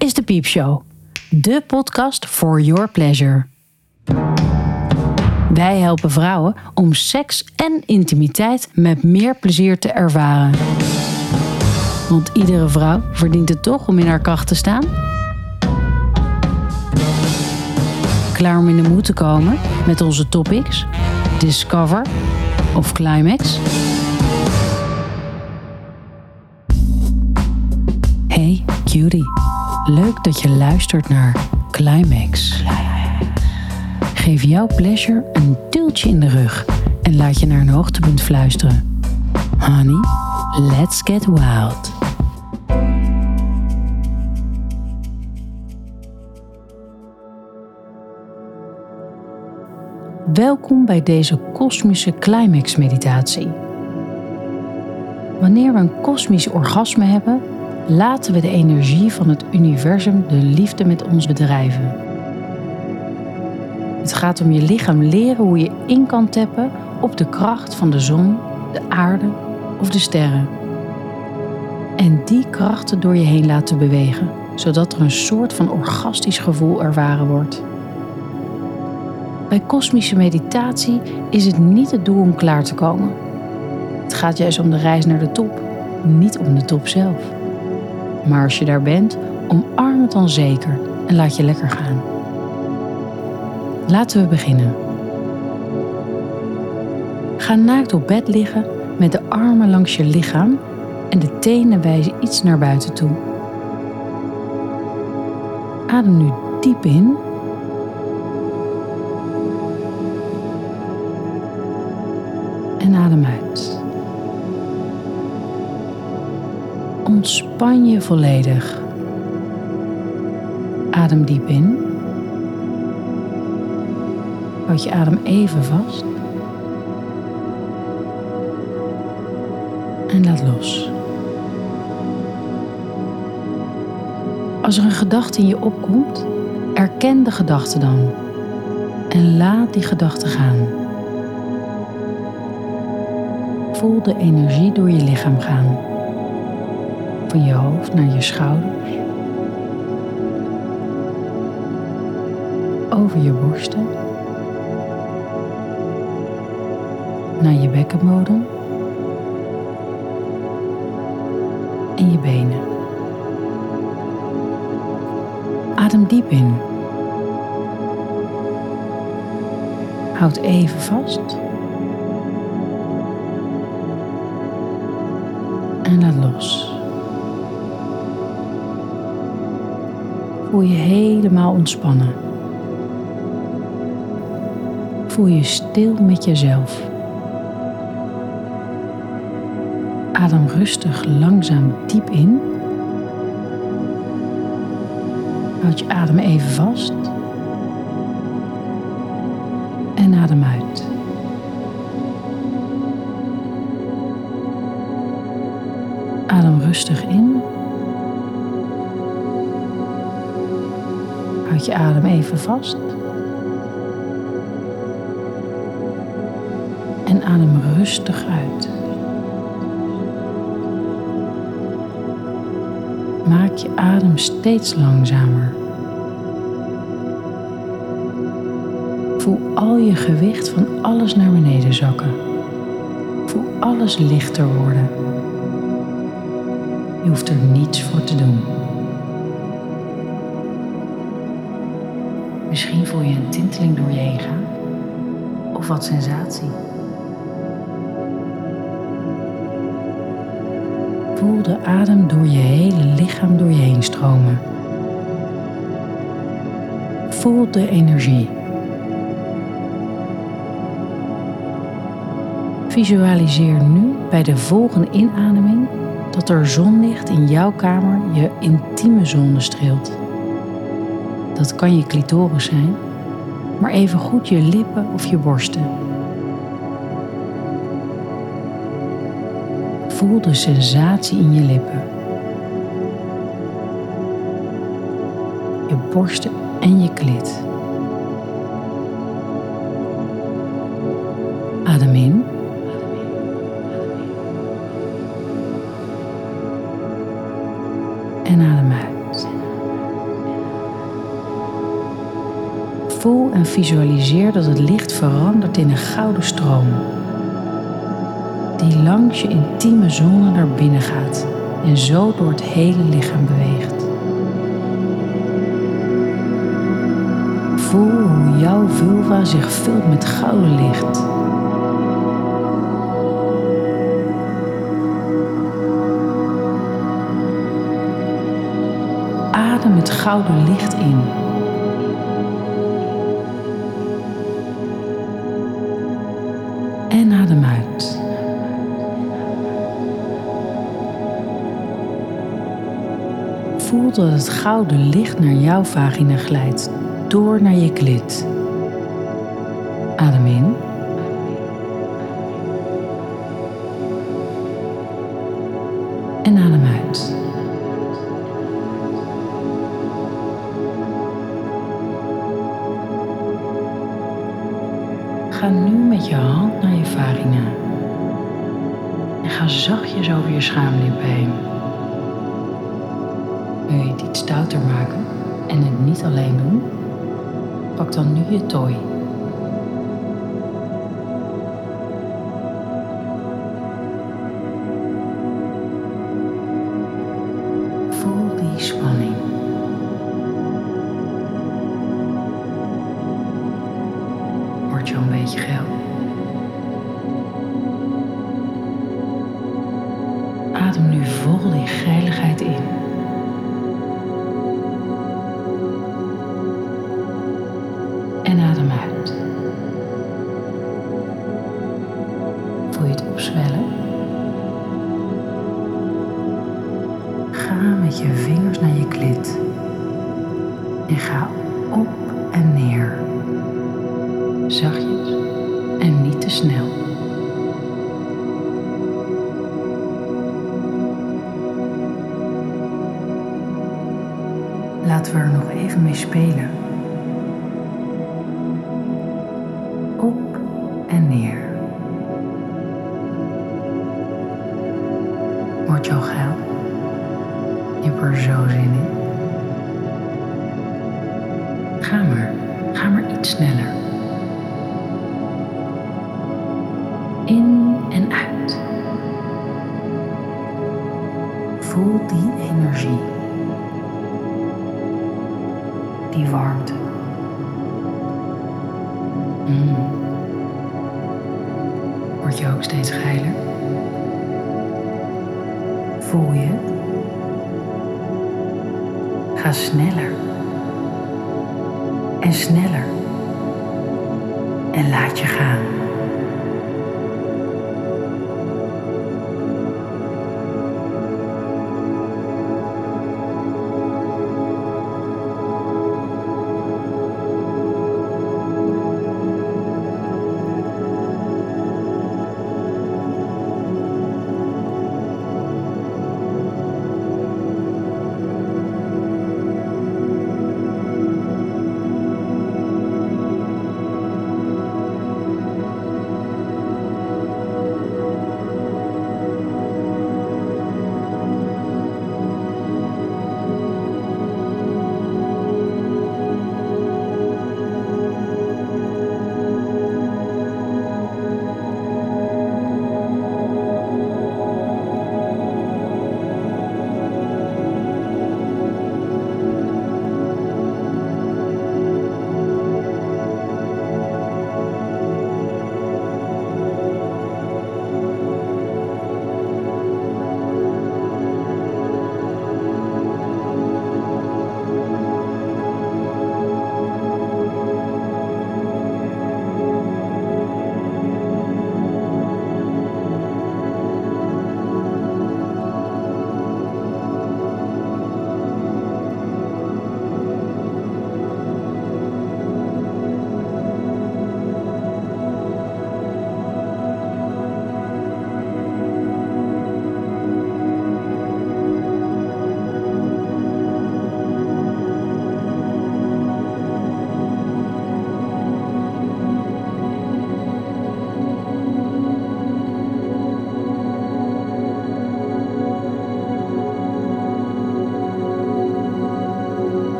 is de Piepshow, de podcast for your pleasure. Wij helpen vrouwen om seks en intimiteit met meer plezier te ervaren. Want iedere vrouw verdient het toch om in haar kracht te staan? Klaar om in de moed te komen met onze topics, Discover of Climax? Hey cutie, leuk dat je luistert naar Climax. Geef jouw pleasure een tiltje in de rug en laat je naar een hoogtepunt fluisteren. Honey, let's get wild. Welkom bij deze kosmische climax-meditatie. Wanneer we een kosmisch orgasme hebben, laten we de energie van het universum de liefde met ons bedrijven. Het gaat om je lichaam leren hoe je in kan tappen op de kracht van de zon, de aarde of de sterren. En die krachten door je heen laten bewegen, zodat er een soort van orgastisch gevoel ervaren wordt. Bij kosmische meditatie is het niet het doel om klaar te komen. Het gaat juist om de reis naar de top, niet om de top zelf. Maar als je daar bent, omarm het dan zeker en laat je lekker gaan. Laten we beginnen. Ga naakt op bed liggen met de armen langs je lichaam en de tenen wijzen iets naar buiten toe. Adem nu diep in. En adem uit. Ontspan je volledig. Adem diep in. Houd je adem even vast. En laat los. Als er een gedachte in je opkomt, erken de gedachte dan. En laat die gedachte gaan. Voel de energie door je lichaam gaan. Van je hoofd naar je schouders. Over je borsten. Naar je bekkenbodem. En je benen. Adem diep in. Houd even vast. En laat los. Voel je helemaal ontspannen. Voel je stil met jezelf. Adem rustig langzaam diep in. Houd je adem even vast. En adem uit. Adem rustig in. Houd je adem even vast. En adem rustig uit. Maak je adem steeds langzamer. Voel al je gewicht van alles naar beneden zakken. Voel alles lichter worden. Je hoeft er niets voor te doen. Misschien voel je een tinteling door je heen gaan. Of wat sensatie. Voel de adem door je hele lichaam door je heen stromen. Voel de energie. Visualiseer nu bij de volgende inademing dat er zonlicht in jouw kamer je intieme zone streelt. Dat kan je clitoris zijn, maar evengoed je lippen of je borsten. Voel de sensatie in je lippen, je borsten en je klit. Adem in. En adem uit. Voel en visualiseer dat het licht verandert in een gouden stroom, die langs je intieme zone naar binnen gaat en zo door het hele lichaam beweegt. Voel hoe jouw vulva zich vult met gouden licht. Adem het gouden licht in. En adem uit. Voel dat het gouden licht naar jouw vagina glijdt, door naar je klit. Adem in. En adem uit. Ga nu met je hand naar je vagina en ga zachtjes over je schaamlippen heen. Wil je het iets stouter maken en het niet alleen doen? Pak dan nu je tooi. Voel die spanning. Word je al een beetje geil? Adem nu vol die geiligheid in. En adem uit. Voel je het opzwellen? Ga met je vingers naar je klit. En ga op en neer. Zachtjes en niet te snel. Laten we er nog even mee spelen. Op en neer. Word je al geil? Je hebt er zo zin in. Ga maar iets sneller. In en uit. Voel die energie. Die warmte. Word je ook steeds geiler? Voel je het? Ga sneller. En sneller. En laat je gaan.